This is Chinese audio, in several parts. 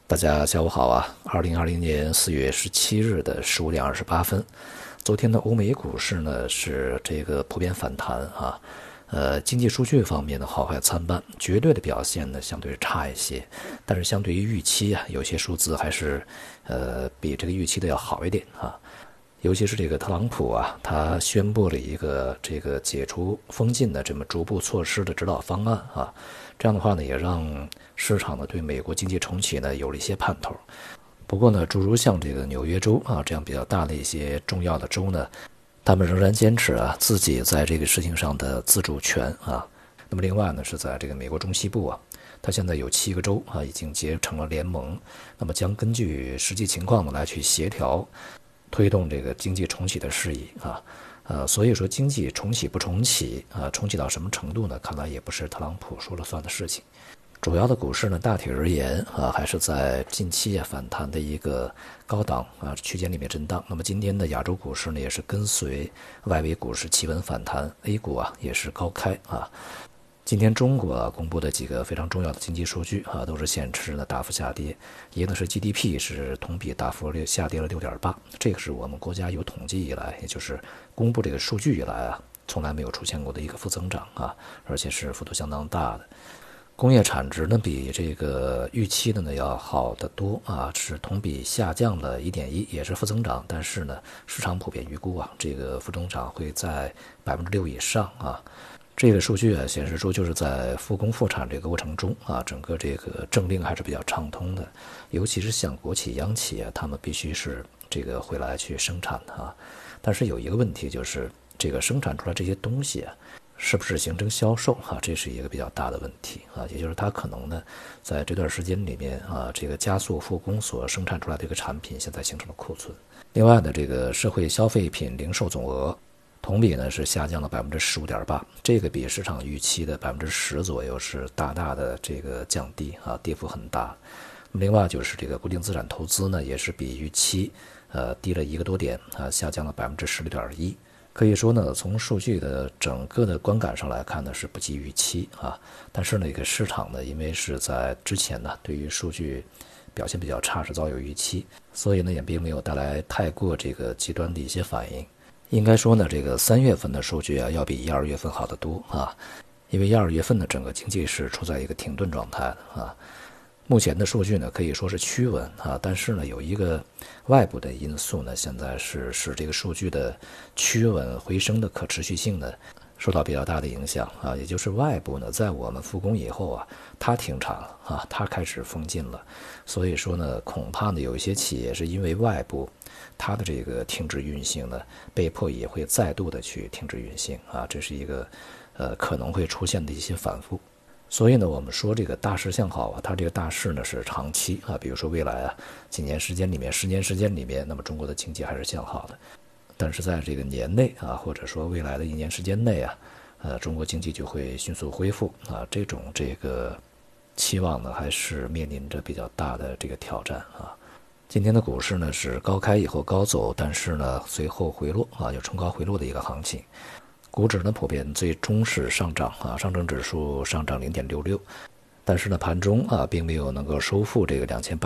大家下午好啊！2020年4月17日的15点28分，昨天的欧美股市呢是这个普遍反弹啊，经济数据方面呢好坏参半，绝对的表现呢相对差一些，但是相对于预期啊，有些数字还是比这个预期的要好一点啊。尤其是这个特朗普啊，他宣布了一个这个解除封禁的这么逐步措施的指导方案啊，这样的话呢，也让市场呢对美国经济重启呢有了一些盼头。不过呢，诸如像这个纽约州啊这样比较大的一些重要的州呢，他们仍然坚持啊自己在这个事情上的自主权啊。那么另外呢，是在这个美国中西部啊，它现在有7个州啊已经结成了联盟，那么将根据实际情况呢来去协调。推动这个经济重启的事宜啊，所以说经济重启不重启啊，重启到什么程度呢？看来也不是特朗普说了算的事情。主要的股市呢，大体而言啊，还是在近期反弹的一个高档啊区间里面震荡。那么今天的亚洲股市呢，也是跟随外围股市企稳反弹 ，A 股啊也是高开啊。今天中国公布的几个非常重要的经济数据啊，都是显示呢大幅下跌。一个呢是 GDP 是同比大幅下跌了6.8%，这个是我们国家有统计以来，也就是公布这个数据以来啊，从来没有出现过的一个负增长啊，而且是幅度相当大的。工业产值呢比这个预期的呢要好得多啊，是同比下降了1.1%，也是负增长，但是呢市场普遍预估啊，这个负增长会在6%以上啊。这个数据啊显示出，就是在复工复产这个过程中啊，整个这个政令还是比较畅通的，尤其是像国企、央企啊，他们必须是这个回来去生产的啊。但是有一个问题，就是这个生产出来这些东西啊，是不是形成销售啊？这是一个比较大的问题啊，也就是它可能呢，在这段时间里面啊，这个加速复工所生产出来的一个产品，现在形成了库存。另外呢，这个社会消费品零售总额。同比呢是下降了15.8%，这个比市场预期的10%左右是大大的这个降低啊，跌幅很大。另外就是这个固定资产投资呢，也是比预期低了1个多点啊，下降了16.1%。可以说呢，从数据的整个的观感上来看呢，是不及预期啊。但是呢，一个市场呢，因为是在之前呢，对于数据表现比较差是早有预期，所以呢也并没有带来太过这个极端的一些反应。应该说呢，这个3月份的数据啊，要比1、2月份好得多啊，因为1、2月份的整个经济是处在一个停顿状态的啊。目前的数据呢，可以说是趋稳啊，但是呢，有一个外部的因素呢，现在是使这个数据的趋稳回升的可持续性呢，受到比较大的影响啊，也就是外部呢，在我们复工以后啊，它停产了啊，它开始封禁了，所以说呢，恐怕呢，有一些企业是因为外部它的这个停止运行呢，被迫也会再度的去停止运行啊，这是一个可能会出现的一些反复。所以呢，我们说这个大势向好啊，它这个大势呢是长期啊，比如说未来啊几年时间里面、10年时间里面，那么中国的经济还是向好的。但是在这个年内啊，或者说未来的1年时间内啊，中国经济就会迅速恢复啊，这个期望呢还是面临着比较大的这个挑战啊。今天的股市呢是高开以后高走，但是呢随后回落啊，有冲高回落的一个行情。股指呢普遍最终是上涨啊，上证指数上涨0.66，但是呢盘中啊并没有能够收复这个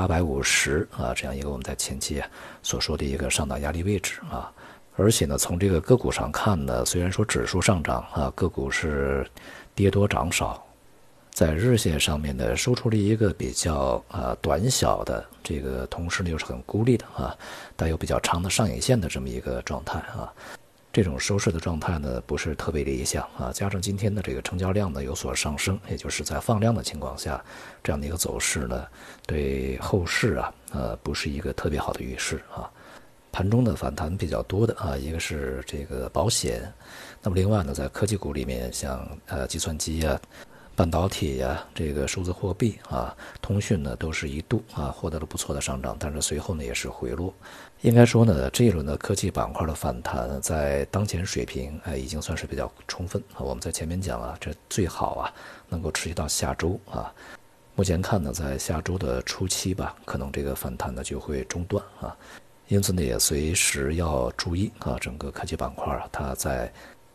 2850啊这样一个我们在前期所说的一个上档压力位置啊。而且呢从这个个股上看呢，虽然说指数上涨啊，个股是跌多涨少。在日线上面呢，收出了一个比较短小的这个，同时呢又是很孤立的啊，带有比较长的上影线的这么一个状态啊。这种收市的状态呢不是特别理想啊，加上今天的这个成交量呢有所上升，也就是在放量的情况下，这样的一个走势呢，对后市不是一个特别好的预示啊。盘中的反弹比较多的啊，一个是这个保险，那么另外呢，在科技股里面，像计算机半导体这个数字货币啊，通讯呢都是一度获得了不错的上涨，但是随后呢也是回落。应该说呢，这一轮的科技板块的反弹在当前水平已经算是比较充分啊。我们在前面讲这最好能够持续到下周啊。目前看呢，在下周的初期吧，可能这个反弹呢就会中断啊。因此呢，也随时要注意整个科技板块它在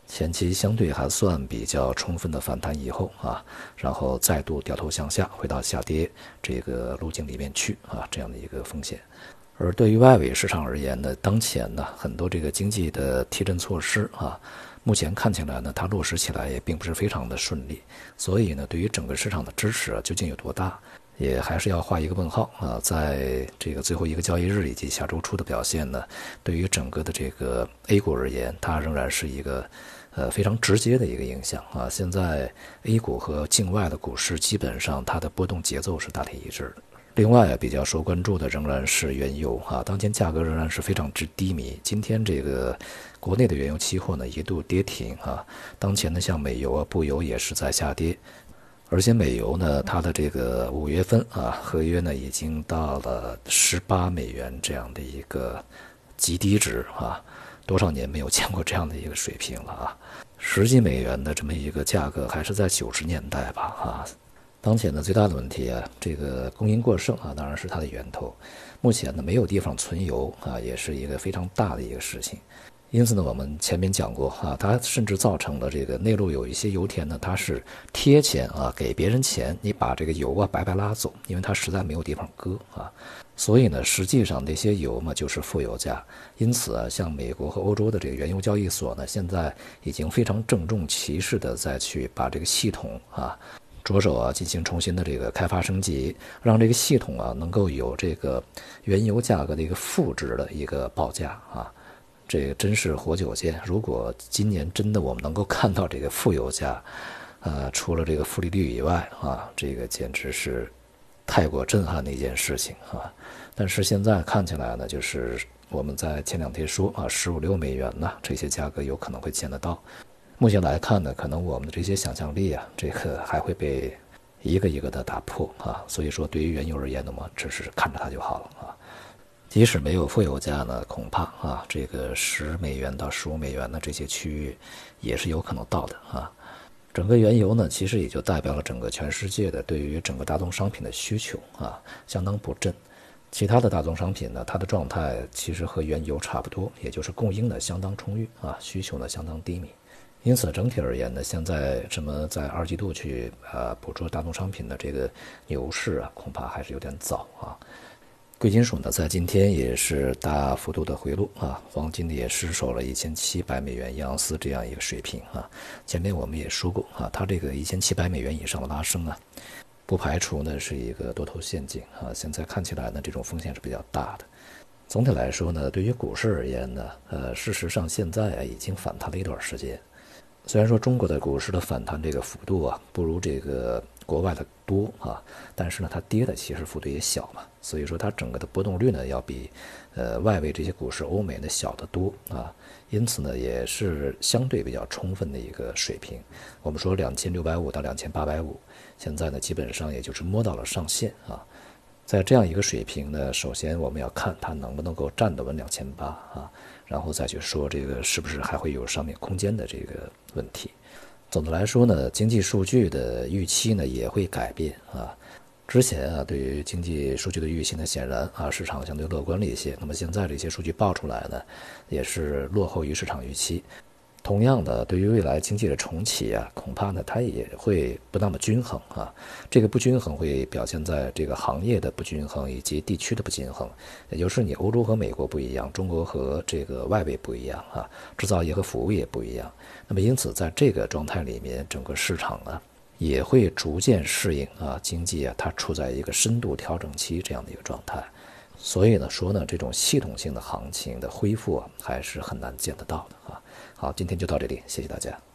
前期相对还算比较充分的反弹以后啊，然后再度掉头向下，回到下跌这个路径里面去啊，这样的一个风险。而对于外围市场而言呢，当前呢很多这个经济的提振措施啊，目前看起来呢它落实起来也并不是非常的顺利，所以呢对于整个市场的支持究竟有多大，也还是要画一个问号啊。在这个最后一个交易日以及下周初的表现呢，对于整个的这个 A 股而言，它仍然是一个非常直接的一个影响啊。现在 A 股和境外的股市基本上它的波动节奏是大体一致的。另外比较受关注的仍然是原油啊，当前价格仍然是非常之低迷。今天这个国内的原油期货呢一度跌停啊，当前呢像美油啊、布油也是在下跌，而且美油呢它的这个5月份啊合约呢已经到了18美元这样的一个极低值啊，多少年没有见过这样的一个水平了啊，10几美元的这么一个价格还是在90年代吧啊。当前的最大的问题啊，这个供应过剩啊，当然是它的源头。目前呢，没有地方存油啊，也是一个非常大的一个事情。因此呢，我们前面讲过啊，它甚至造成了这个内陆有一些油田呢，它是贴钱啊，给别人钱，你把这个油啊白白拉走，因为它实在没有地方搁啊。所以呢，实际上那些油嘛就是负油价。因此啊，像美国和欧洲的这个原油交易所呢，现在已经非常郑重其事的再去把这个系统啊。着手啊进行重新的这个开发升级，让这个系统啊能够有这个原油价格的一个负值的一个报价啊，这个真是活久见。如果今年真的我们能够看到这个负油价，除了这个负利率以外啊，这个简直是太过震撼的一件事情啊。但是现在看起来呢，就是我们在前2天说啊，15、16美元呢，这些价格有可能会见得到。目前来看呢，可能我们的这些想象力啊，这个还会被一个一个的打破啊。所以说，对于原油而言呢，我们只是看着它就好了啊。即使没有负油价呢，恐怕啊，这个10美元到15美元的这些区域也是有可能到的啊。整个原油呢，其实也就代表了整个全世界的对于整个大宗商品的需求啊，相当不振。其他的大宗商品呢，它的状态其实和原油差不多，也就是供应呢相当充裕啊，需求呢相当低迷。因此整体而言呢，现在什么在2季度去捕捉大宗商品的这个牛市啊，恐怕还是有点早啊。贵金属呢在今天也是大幅度的回落啊，黄金呢也失守了1700美元一盎司这样一个水平啊。前面我们也说过啊，它这个1700美元以上的拉升啊，不排除呢是一个多头陷阱啊。现在看起来呢，这种风险是比较大的。总体来说呢，对于股市而言呢，事实上现在已经反弹了一段时间。虽然说中国的股市的反弹这个幅度啊不如这个国外的多啊，但是呢它跌的其实幅度也小嘛，所以说它整个的波动率呢要比外围这些股市欧美的小得多啊，因此呢也是相对比较充分的一个水平。我们说2650到2850，现在呢基本上也就是摸到了上限啊。在这样一个水平呢，首先我们要看它能不能够站得稳2800啊，然后再去说这个是不是还会有上面空间的这个问题。总的来说呢，经济数据的预期呢也会改变啊。之前啊，对于经济数据的预期呢，显然啊市场相对乐观了一些。那么现在这些数据报出来呢，也是落后于市场预期。同样的，对于未来经济的重启啊，恐怕呢它也会不那么均衡啊。这个不均衡会表现在这个行业的不均衡以及地区的不均衡，也就是你欧洲和美国不一样，中国和这个外围不一样啊，制造业和服务业不一样。那么因此在这个状态里面，整个市场呢也会逐渐适应啊，经济啊它处在一个深度调整期这样的一个状态。所以呢说呢，这种系统性的行情的恢复啊，还是很难见得到的啊。好，今天就到这里，谢谢大家。